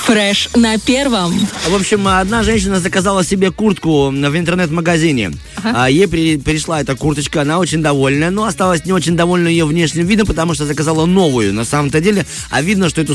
Фреш на первом. В общем, одна женщина заказала себе куртку в интернет-магазине. Ей пришла эта курточка, она очень довольна, но осталась не очень довольна ее внешним видом, потому что заказала новую на самом-то деле. А видно, что эту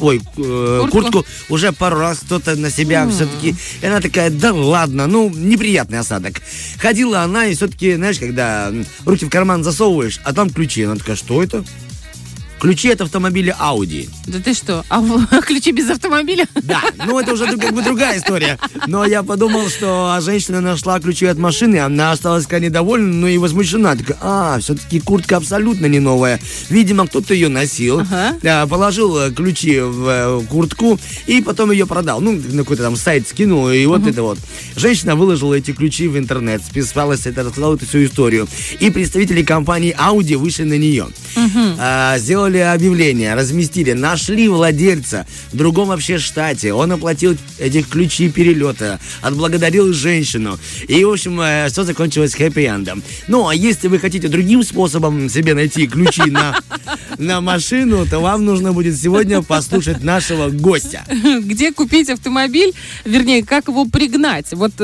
куртку уже пару раз кто-то на себя все-таки... И она такая, да ладно, неприятный осадок. Ходила она, и все-таки, знаешь, когда руки в карман засовываешь, а там ключи. Она такая, что это? Ключи от автомобиля Audi. Да ты что? А ключи без автомобиля? Да, это уже как бы другая история. Но я подумал, что женщина нашла ключи от машины, она осталась крайне довольна, но и возмущена. Такая, все-таки куртка абсолютно не новая. Видимо, кто-то ее носил, положил ключи в куртку и потом ее продал. На какой-то там сайт скинул, и вот это вот. Женщина выложила эти ключи в интернет, списалась, рассказала эту всю историю. И представители компании Audi вышли на нее. Сделали объявление, разместили, нашли владельца в другом вообще штате. Он оплатил этих ключи перелета, отблагодарил женщину. И, в общем, все закончилось хэппи-эндом. А если вы хотите другим способом себе найти ключи на машину, то вам нужно будет сегодня послушать нашего гостя. Где купить автомобиль, вернее, как его пригнать. Вот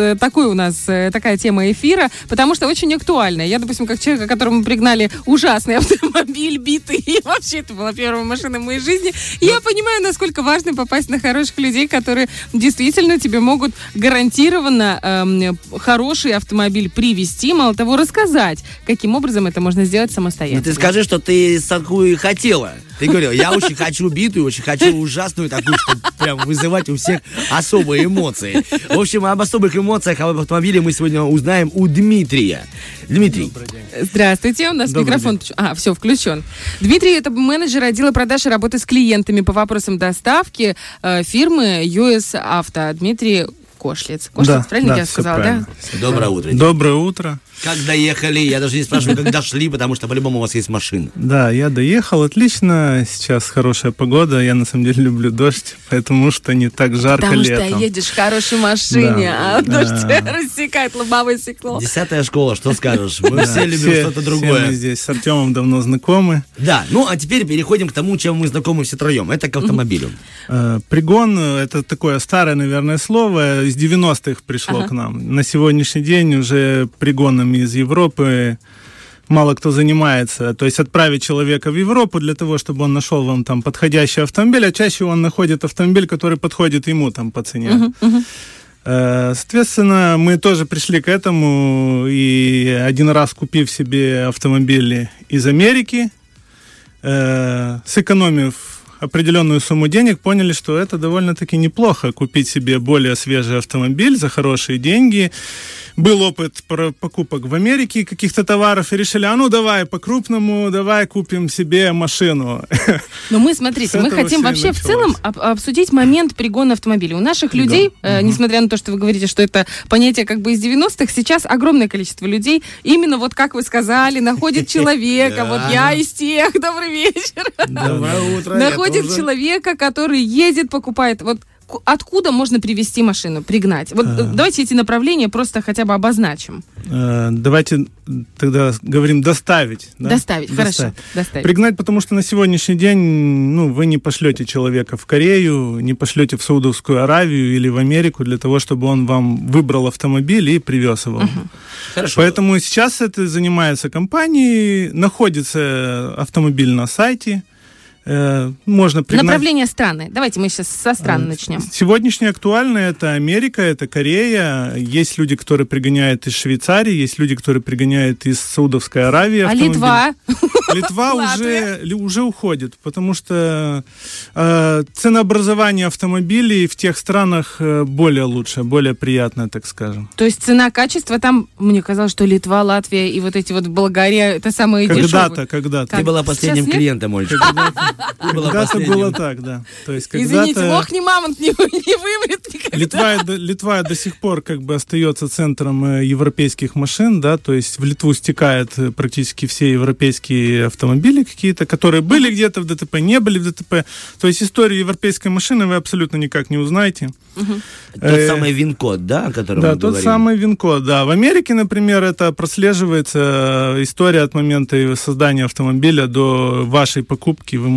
такая тема эфира, потому что очень актуальная. Я, допустим, как человек, которому пригнали ужасный автомобиль, битый, и вообще это была первая машина в моей жизни. Я понимаю, насколько важно попасть на хороших людей, которые действительно тебе могут гарантированно хороший автомобиль привезти, мало того, рассказать, каким образом это можно сделать самостоятельно. Ты скажи, что ты такую хотела. Ты говорил, я очень хочу битую, очень хочу ужасную такую, чтобы прям вызывать у всех особые эмоции. В общем, об особых эмоциях, об автомобиле мы сегодня узнаем у Дмитрия. Дмитрий. Здравствуйте, у нас микрофон... все, включен. Дмитрий — это менеджер отдела продаж и работы с клиентами по вопросам доставки фирмы US Auto. Дмитрий Кошлец. Кошлец, правильно я сказала, да? Доброе утро. Доброе утро. Как доехали? Я даже не спрашиваю, как дошли, потому что по-любому у вас есть машина. Да, я доехал, отлично. Сейчас хорошая погода. Я на самом деле люблю дождь, потому что не так жарко летом. Потому что едешь в хорошей машине, а дождь рассекает лобовое стекло. 10-я школа, что скажешь? Мы все любим что-то другое. Все мы здесь с Артемом давно знакомы. Да, а теперь переходим к тому, чем мы знакомы все троем. Это к автомобилю. Пригон — это такое старое, наверное, слово. Из 90-х пришло к нам. На сегодняшний день уже пригонами из Европы мало кто занимается. То есть отправить человека в Европу для того, чтобы он нашел вам там подходящий автомобиль, а чаще он находит автомобиль, который подходит ему там по цене. Соответственно, мы тоже пришли к этому, и один раз, купив себе автомобиль из Америки, сэкономив определенную сумму денег, поняли, что это довольно-таки неплохо купить себе более свежий автомобиль за хорошие деньги. Был опыт покупок в Америке каких-то товаров, и решили, давай по-крупному, давай купим себе машину. Но мы, смотрите, мы хотим вообще в целом обсудить момент пригона автомобиля. У наших людей, несмотря на то, что вы говорите, что это понятие как бы из 90-х, сейчас огромное количество людей, именно вот как вы сказали, находит человека, вот я из тех, добрый вечер. Доброе утро. Находит человека, который едет, покупает, вот откуда можно привезти машину, пригнать? Вот давайте эти направления просто хотя бы обозначим. Давайте тогда говорим доставить. Да? Доставить, хорошо. Доставить. Пригнать, потому что на сегодняшний день вы не пошлете человека в Корею, не пошлете в Саудовскую Аравию или в Америку для того, чтобы он вам выбрал автомобиль и привез его. Хорошо. Поэтому сейчас это занимается компанией, находится автомобиль на сайте. Можно пригнать... Направление страны. Давайте мы сейчас со стран начнем. Сегодняшнее актуальное — это Америка, это Корея. Есть люди, которые пригоняют из Швейцарии, есть люди, которые пригоняют из Саудовской Аравии. А Литва? Литва уже уходит, потому что ценообразование автомобилей в тех странах более лучшее, более приятное, так скажем. То есть цена-качество там, мне казалось, что Литва, Латвия и вот эти вот Болгария — это самые дешевые. Когда-то. Ты была последним клиентом, Олечка. Когда-то было так, да. То есть, извините, лох не мамонт не вымрет никогда. Литва до сих пор как бы остается центром европейских машин, да, то есть в Литву стекают практически все европейские автомобили какие-то, которые были где-то в ДТП, не были в ДТП. То есть историю европейской машины вы абсолютно никак не узнаете. Тот самый ВИН-код, да, о котором мы говорим? Да, тот самый ВИН-код, да. В Америке, например, это прослеживается история от момента создания автомобиля до вашей покупки. Вы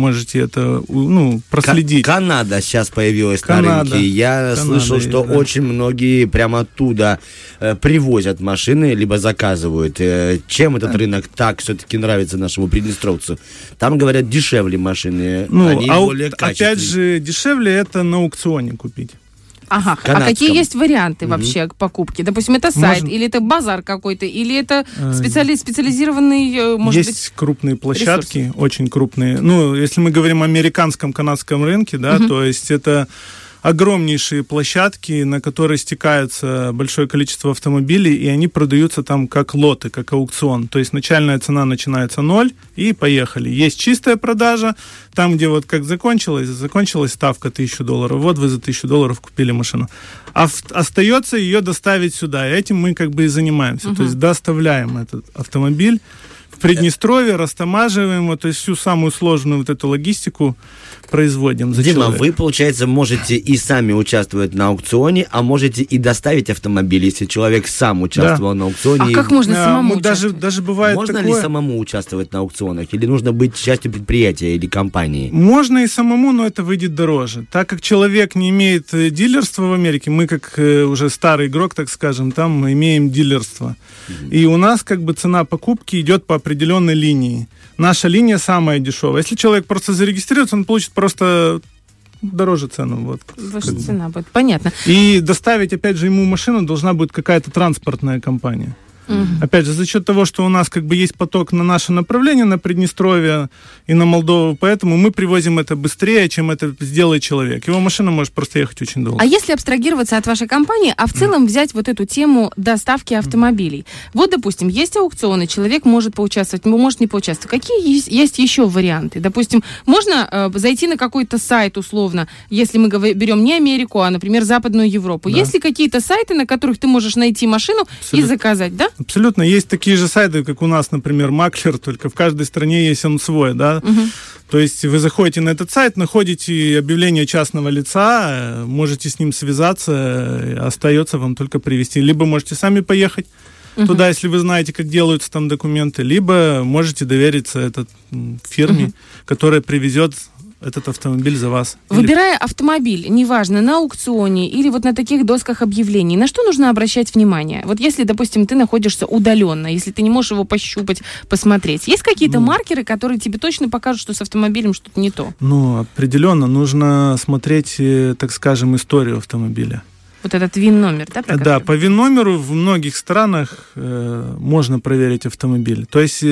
можете это проследить. Канада сейчас появилась на рынке. Я слышал, что очень многие прямо оттуда привозят машины, либо заказывают. Чем этот рынок так все-таки нравится нашему приднестровцу? Там, говорят, дешевле машины, они более качественные. Опять же, дешевле это на аукционе купить. Ага. А какие есть варианты вообще покупки? Допустим, это сайт, или это базар какой-то, или это специализированный, может быть, есть крупные площадки, ресурсы? Очень крупные. Если мы говорим о американском, канадском рынке, да, то есть это огромнейшие площадки, на которые стекается большое количество автомобилей, и они продаются там как лоты, как аукцион. То есть начальная цена начинается 0, и поехали. Есть чистая продажа, там, где вот как закончилась ставка $1000, вот вы за $1000 купили машину. А остается ее доставить сюда, и этим мы как бы и занимаемся. То есть доставляем этот автомобиль в Приднестровье, растамаживаем его, то есть всю самую сложную вот эту логистику производим за Дима, человека. вы, получается, можете и сами участвовать на аукционе, а можете и доставить автомобиль, если человек сам участвовал на аукционе. А как можно самому участвовать? Даже бывает можно такое... ли самому участвовать на аукционах? Или нужно быть частью предприятия или компании? Можно и самому, но это выйдет дороже. Так как человек не имеет дилерства в Америке, мы как уже старый игрок, так скажем, там мы имеем дилерство. И у нас как бы цена покупки идет по определенной линии. Наша линия самая дешевая. Если человек просто зарегистрируется, он получит просто дороже цену. Вот, выше цена будет, понятно. И доставить, опять же, ему машину должна будет какая-то транспортная компания. Опять же, за счет того, что у нас как бы есть поток на наше направление, на Приднестровье и на Молдову, поэтому мы привозим это быстрее, чем это сделает человек. Его машина может просто ехать очень долго. А если абстрагироваться от вашей компании, а в целом взять вот эту тему доставки автомобилей? Вот, допустим, есть аукционы, человек может поучаствовать, может не поучаствовать. Какие есть еще варианты? Допустим, можно зайти на какой-то сайт условно, если мы берем не Америку, а, например, Западную Европу. Да. Есть ли какие-то сайты, на которых ты можешь найти машину и заказать, да? Абсолютно. Есть такие же сайты, как у нас, например, Маклер, только в каждой стране есть он свой, да. То есть вы заходите на этот сайт, находите объявление частного лица, можете с ним связаться, остается вам только привезти. Либо можете сами поехать туда, если вы знаете, как делаются там документы, либо можете довериться этой фирме, которая привезет этот автомобиль за вас. Выбирая автомобиль, неважно, на аукционе или вот на таких досках объявлений, на что нужно обращать внимание? Вот если, допустим, ты находишься удаленно, если ты не можешь его пощупать, посмотреть, есть какие-то маркеры, которые тебе точно покажут, что с автомобилем что-то не то? Определенно. Нужно смотреть, так скажем, историю автомобиля. Вот этот ВИН-номер, да? Да, по ВИН-номеру в многих странах можно проверить автомобиль. То есть...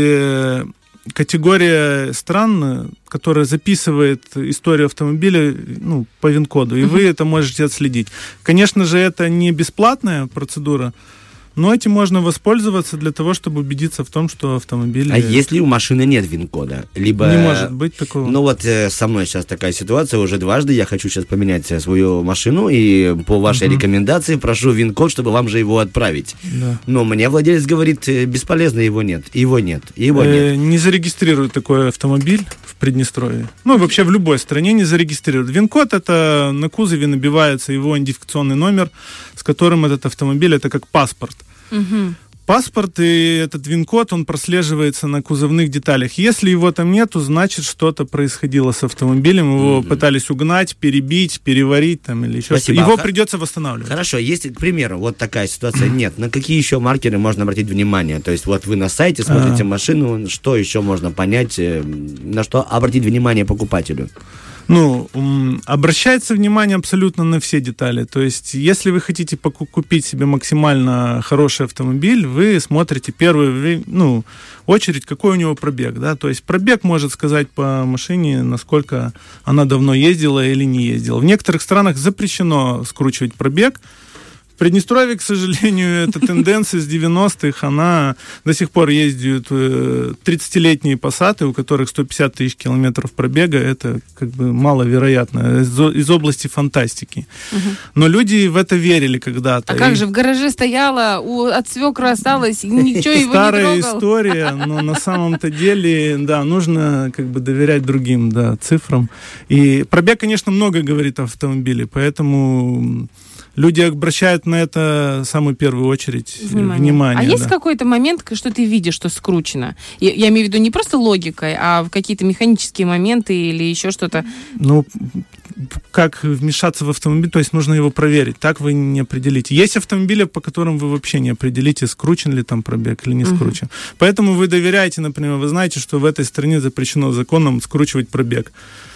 категория стран, которая записывает историю автомобиля по ВИН-коду, и вы это можете отследить. Конечно же, это не бесплатная процедура, но этим можно воспользоваться для того, чтобы убедиться в том, что автомобиль... А если у машины нет ВИН-кода? Либо... Не может быть такого. Со мной сейчас такая ситуация уже дважды. Я хочу сейчас поменять свою машину, и по вашей рекомендации прошу ВИН-код, чтобы вам же его отправить. Да. Но мне владелец говорит, бесполезно, его нет. Не зарегистрируют такой автомобиль в Приднестровье. Вообще в любой стране не зарегистрируют. ВИН-код — это на кузове набивается его идентификационный номер, с которым этот автомобиль — это как паспорт. Паспорт и этот ВИН-код, он прослеживается на кузовных деталях. Если его там нету, значит, что-то происходило с автомобилем. Его пытались угнать, перебить, переварить или еще что-то. Его придется восстанавливать. Хорошо, если, к примеру, вот такая ситуация нет, на какие еще маркеры можно обратить внимание? То есть вот вы на сайте смотрите машину, что еще можно понять, на что обратить внимание покупателю? Обращается внимание абсолютно на все детали. То есть, если вы хотите купить себе максимально хороший автомобиль, вы смотрите первую очередь, какой у него пробег. Да? То есть, пробег может сказать по машине, насколько она давно ездила или не ездила. В некоторых странах запрещено скручивать пробег. В Приднестровье, к сожалению, эта тенденция с 90-х, она до сих пор ездят 30-летние Passat, у которых 150 тысяч километров пробега, это как бы маловероятно, из области фантастики. Но люди в это верили когда-то. А как же, в гараже стояла, от свекра осталось, ничего его не трогал. Старая история, но на самом-то деле, нужно как бы доверять другим, цифрам. И пробег, конечно, много говорит о автомобиле, поэтому... люди обращают на это в самую первую очередь внимание. А есть какой-то момент, что ты видишь, что скручено? Я имею в виду не просто логикой, а какие-то механические моменты или еще что-то? Ну, как вмешаться в автомобиль, то есть нужно его проверить. Так вы не определите. Есть автомобили, по которым вы вообще не определите, скручен ли там пробег или не скручен. Поэтому вы доверяете, например, вы знаете, что в этой стране запрещено законом скручивать пробег.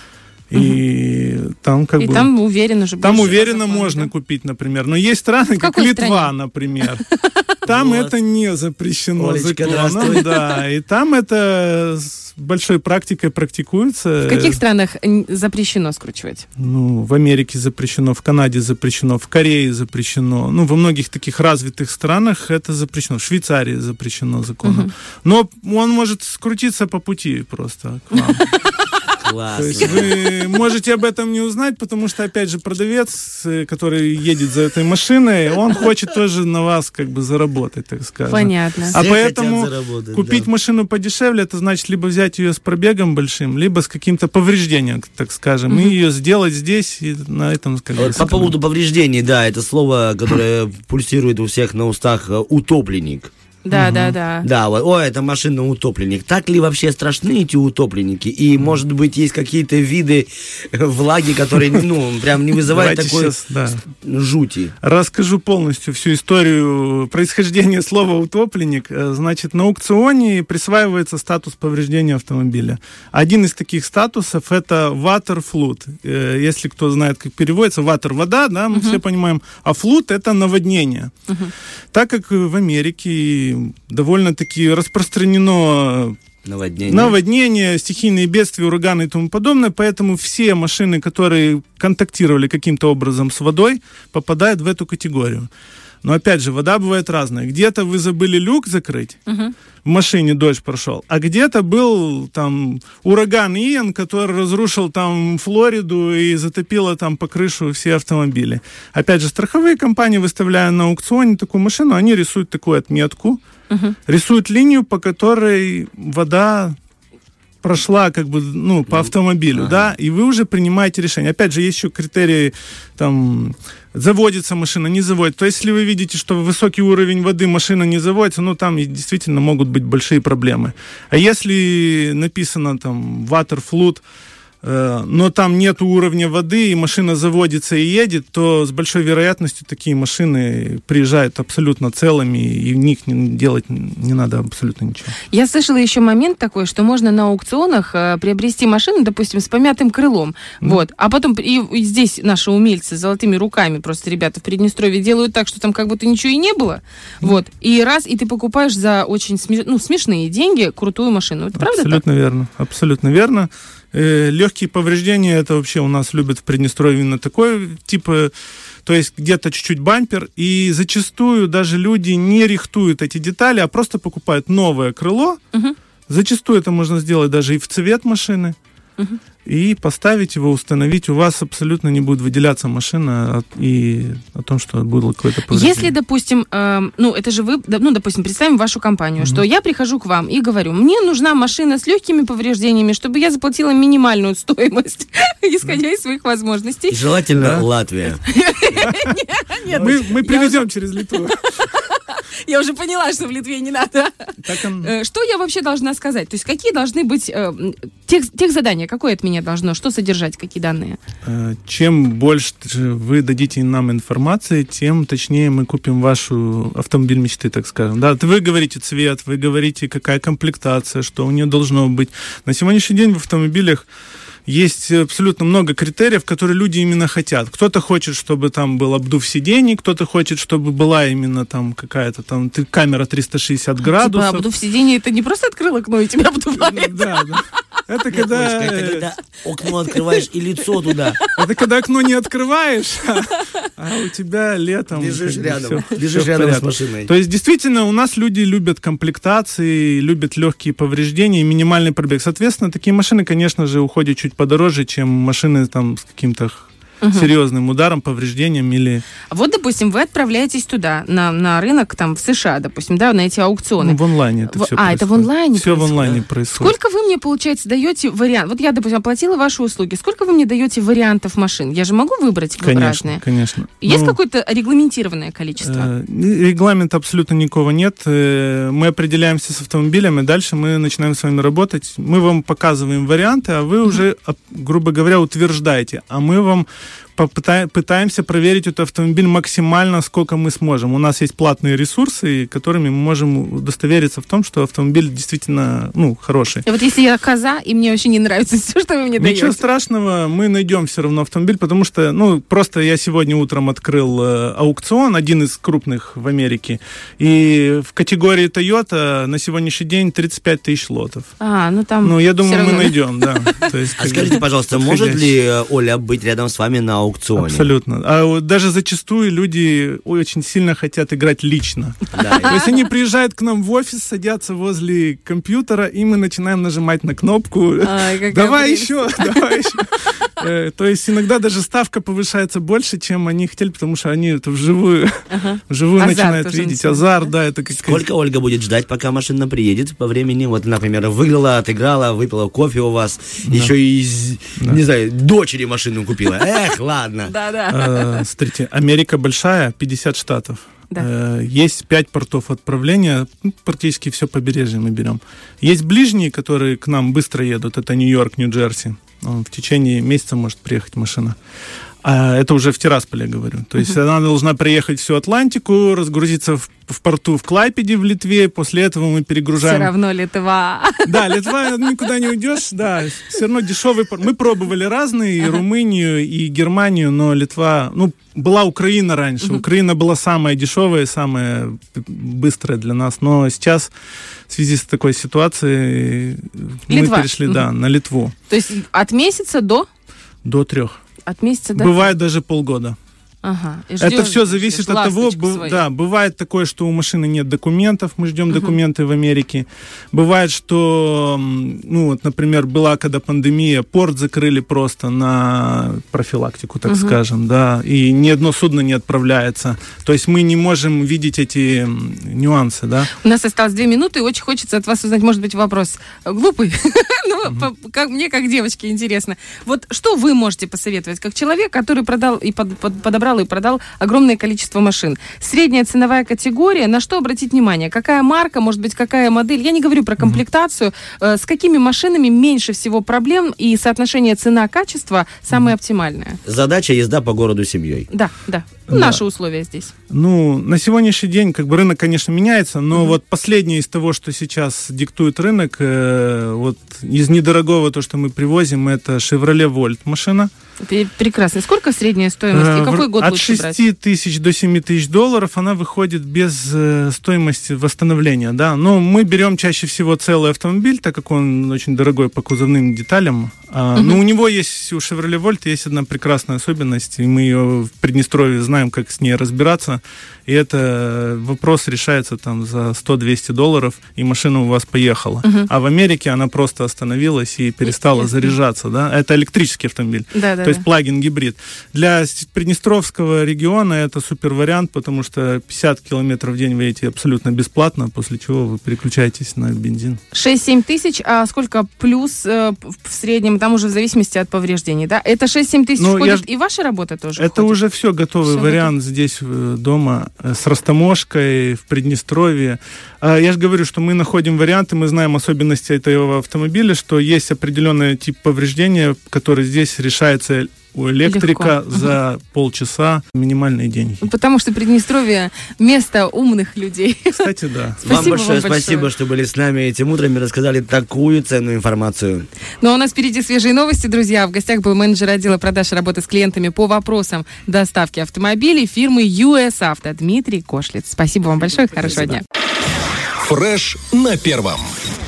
И там как и бы... там уверенно же... Там уверенно можно купить, например. Но есть страны, как Литва, например. Там это не запрещено законом. Да, и там это с большой практикой практикуется. В каких странах запрещено скручивать? Ну, в Америке запрещено, в Канаде запрещено, в Корее запрещено. Ну, во многих таких развитых странах это запрещено. В Швейцарии запрещено законом. Но он может скрутиться по пути просто к вам. Классно. То есть вы можете об этом не узнать, потому что, опять же, продавец, который едет за этой машиной, он хочет тоже на вас как бы заработать, так скажем. Понятно. А поэтому купить машину подешевле, это значит либо взять ее с пробегом большим, либо с каким-то повреждением, так скажем, и ее сделать здесь, и на этом, как бы... По поводу повреждений, да, это слово, которое пульсирует у всех на устах, утопленник. Да. Да, вот, эта машина утопленник. Так ли вообще страшны эти утопленники? И, может быть, есть какие-то виды влаги, которые, прям не вызывают такой жути? Расскажу полностью всю историю происхождения слова «утопленник». Значит, на аукционе присваивается статус повреждения автомобиля. Один из таких статусов — это water flood. Если кто знает, как переводится, water — вода, да, мы все понимаем, а flood — это наводнение. Так как в Америке довольно-таки распространено наводнение, стихийные бедствия, ураганы и тому подобное, поэтому все машины, которые контактировали каким-то образом с водой, попадают в эту категорию. Но, опять же, вода бывает разная. Где-то вы забыли люк закрыть, в машине дождь прошел, а где-то был там ураган Иэн, который разрушил там Флориду и затопило там по крышу все автомобили. Опять же, страховые компании, выставляя на аукционе такую машину, они рисуют такую отметку, рисуют линию, по которой вода прошла как бы, по автомобилю, да, и вы уже принимаете решение. Опять же, есть еще критерии, там, заводится машина, не заводится. То есть, если вы видите, что высокий уровень воды, машина не заводится, там действительно могут быть большие проблемы. А если написано там water flood, но там нет уровня воды, и машина заводится и едет, то с большой вероятностью такие машины приезжают абсолютно целыми, и в них делать не надо абсолютно ничего. Я слышала еще момент такой, что можно на аукционах приобрести машину, допустим, с помятым крылом, а потом и здесь наши умельцы с золотыми руками, просто ребята в Приднестровье делают так, что там как будто ничего и не было, и ты покупаешь за очень смешные деньги крутую машину. Это правда абсолютно так? Верно, абсолютно верно. Легкие повреждения, это вообще у нас любят в Приднестровье именно такой типа, то есть где-то чуть-чуть бампер, и зачастую даже люди не рихтуют эти детали, а просто покупают новое крыло. Зачастую это можно сделать даже и в цвет машины. И поставить его, установить, у вас абсолютно не будет выделяться машина и о том, что было какое-то повреждение. Если, допустим, это же вы, допустим, представим вашу компанию, что я прихожу к вам и говорю, мне нужна машина с легкими повреждениями, чтобы я заплатила минимальную стоимость, исходя из своих возможностей. И желательно Латвия. Мы привезем через Литву. Я уже поняла, что в Литве не надо. Что я вообще должна сказать? То есть какие должны быть техзадания? Какое от меня должно? Что содержать? Какие данные? Чем больше вы дадите нам информации, тем точнее мы купим вашу автомобиль мечты, так скажем. Да, вы говорите цвет, вы говорите, какая комплектация, что у нее должно быть. На сегодняшний день в автомобилях есть абсолютно много критериев, которые люди именно хотят. Кто-то хочет, чтобы там был обдув сидений, кто-то хочет, чтобы была именно там какая-то там камера 360 градусов. Типа обдув сидений, это не просто открыл окно и тебя обдувает. Да. Это когда окно открываешь и лицо туда. Это когда окно не открываешь, а у тебя летом... Лежишь рядом с машиной. То есть, действительно, у нас люди любят комплектации, любят легкие повреждения и минимальный пробег. Соответственно, такие машины, конечно же, уходят чуть подороже, чем машины там с каким-то серьезным ударом, повреждением или... Вот, допустим, вы отправляетесь туда, на рынок, там, в США, допустим, да, на эти аукционы. Ну, в онлайне это все происходит. Это в онлайне все происходит? В онлайне происходит. Сколько вы мне, получается, даете вариант? Вот я, допустим, оплатила ваши услуги. Сколько вы мне даете вариантов машин? Я же могу выбрать разные? Конечно. Есть какое-то регламентированное количество? Регламента абсолютно никакого нет. Мы определяемся с автомобилями, дальше мы начинаем с вами работать. Мы вам показываем варианты, а вы уже, грубо говоря, утверждаете. А мы вам пытаемся проверить этот автомобиль максимально, сколько мы сможем. У нас есть платные ресурсы, которыми мы можем удостовериться в том, что автомобиль действительно, хороший. И вот если я коза, и мне вообще не нравится все, что вы мне даете. Ничего страшного, мы найдем все равно автомобиль, потому что, просто я сегодня утром открыл аукцион, один из крупных в Америке, и в категории Toyota на сегодняшний день 35 тысяч лотов. Там я думаю, мы найдем, да. Скажите, пожалуйста, может ли Оля быть рядом с вами на аукционе? Абсолютно. А даже зачастую люди очень сильно хотят играть лично. То есть они приезжают к нам в офис, садятся возле компьютера, и мы начинаем нажимать на кнопку. Давай еще. То есть иногда даже ставка повышается больше, чем они хотели, потому что они это вживую начинают видеть. Азарт, да. Сколько Ольга будет ждать, пока машина приедет по времени? Вот, например, выиграла, отыграла, выпила кофе у вас, еще и, не знаю, дочери машину купила. Ладно. Да. Смотрите, Америка большая, 50 штатов. Да. Есть 5 портов отправления, практически все побережье мы берем. Есть ближние, которые к нам быстро едут, это Нью-Йорк, Нью-Джерси. В течение месяца может приехать машина. А это уже в Тирасполе, говорю. То есть она должна проехать всю Атлантику, разгрузиться в порту в Клайпеде в Литве. После этого мы перегружаем... Все равно Литва. Да, Литва, никуда не уйдешь. Да, все равно дешевый порт. Мы пробовали разные, и Румынию, и Германию, но Литва... была Украина раньше. Украина была самая дешевая, самая быстрая для нас. Но сейчас в связи с такой ситуацией мы перешли, на Литву. То есть от месяца до? До 3. От месяца до? Бывает даже полгода. Это все зависит от того, бывает такое, что у машины нет документов, мы ждем документы в Америке. Бывает, что, например, была когда пандемия, порт закрыли просто на профилактику, так скажем, да, и ни одно судно не отправляется. То есть мы не можем видеть эти нюансы, да. У нас осталось 2 минуты, и очень хочется от вас узнать, может быть, вопрос глупый, мне как девочке интересно. Вот что вы можете посоветовать, как человек, который продал и подобрал и продал огромное количество машин. Средняя ценовая категория, на что обратить внимание? Какая марка, может быть, какая модель? Я не говорю про комплектацию. С какими машинами меньше всего проблем и соотношение цена-качество самое оптимальное? Задача езда по городу семьей. Да. Наши условия здесь. На сегодняшний день рынок, конечно, меняется, но вот последнее из того, что сейчас диктует рынок, вот из недорогого то, что мы привозим, это Chevrolet Volt машина. Прекрасно. Сколько средняя стоимость? И какой год лучше брать? От 6 тысяч до 7 тысяч долларов она выходит без стоимости восстановления, да. Но мы берем чаще всего целый автомобиль, так как он очень дорогой по кузовным деталям. Но у него есть, у Chevrolet Volt есть одна прекрасная особенность, и мы ее в Приднестровье знаем, как с ней разбираться. И это вопрос решается там за 100-200 долларов, и машина у вас поехала. А в Америке она просто остановилась и перестала заряжаться, да. Это электрический автомобиль. То есть плагин-гибрид. Для Приднестровского региона это супер вариант, потому что 50 километров в день вы едете абсолютно бесплатно, после чего вы переключаетесь на бензин. 6-7 тысяч, а сколько плюс в среднем, там уже в зависимости от повреждений, да? Это 6-7 тысяч входит, и ваша работа тоже это входит? Уже все готовый вариант здесь дома, с растаможкой, в Приднестровье. Я же говорю, что мы находим варианты, мы знаем особенности этого автомобиля, что есть определенный тип повреждения, который здесь решается у электрика за полчаса, минимальные деньги. Потому что Приднестровье — место умных людей. Кстати, да. Вам большое спасибо, что были с нами этим утром и рассказали такую ценную информацию. Ну а у нас впереди свежие новости, друзья. В гостях был менеджер отдела продаж и работы с клиентами по вопросам доставки автомобилей фирмы US Auto Дмитрий Кошлиц. Спасибо вам большое, хорошего дня. Фреш на первом.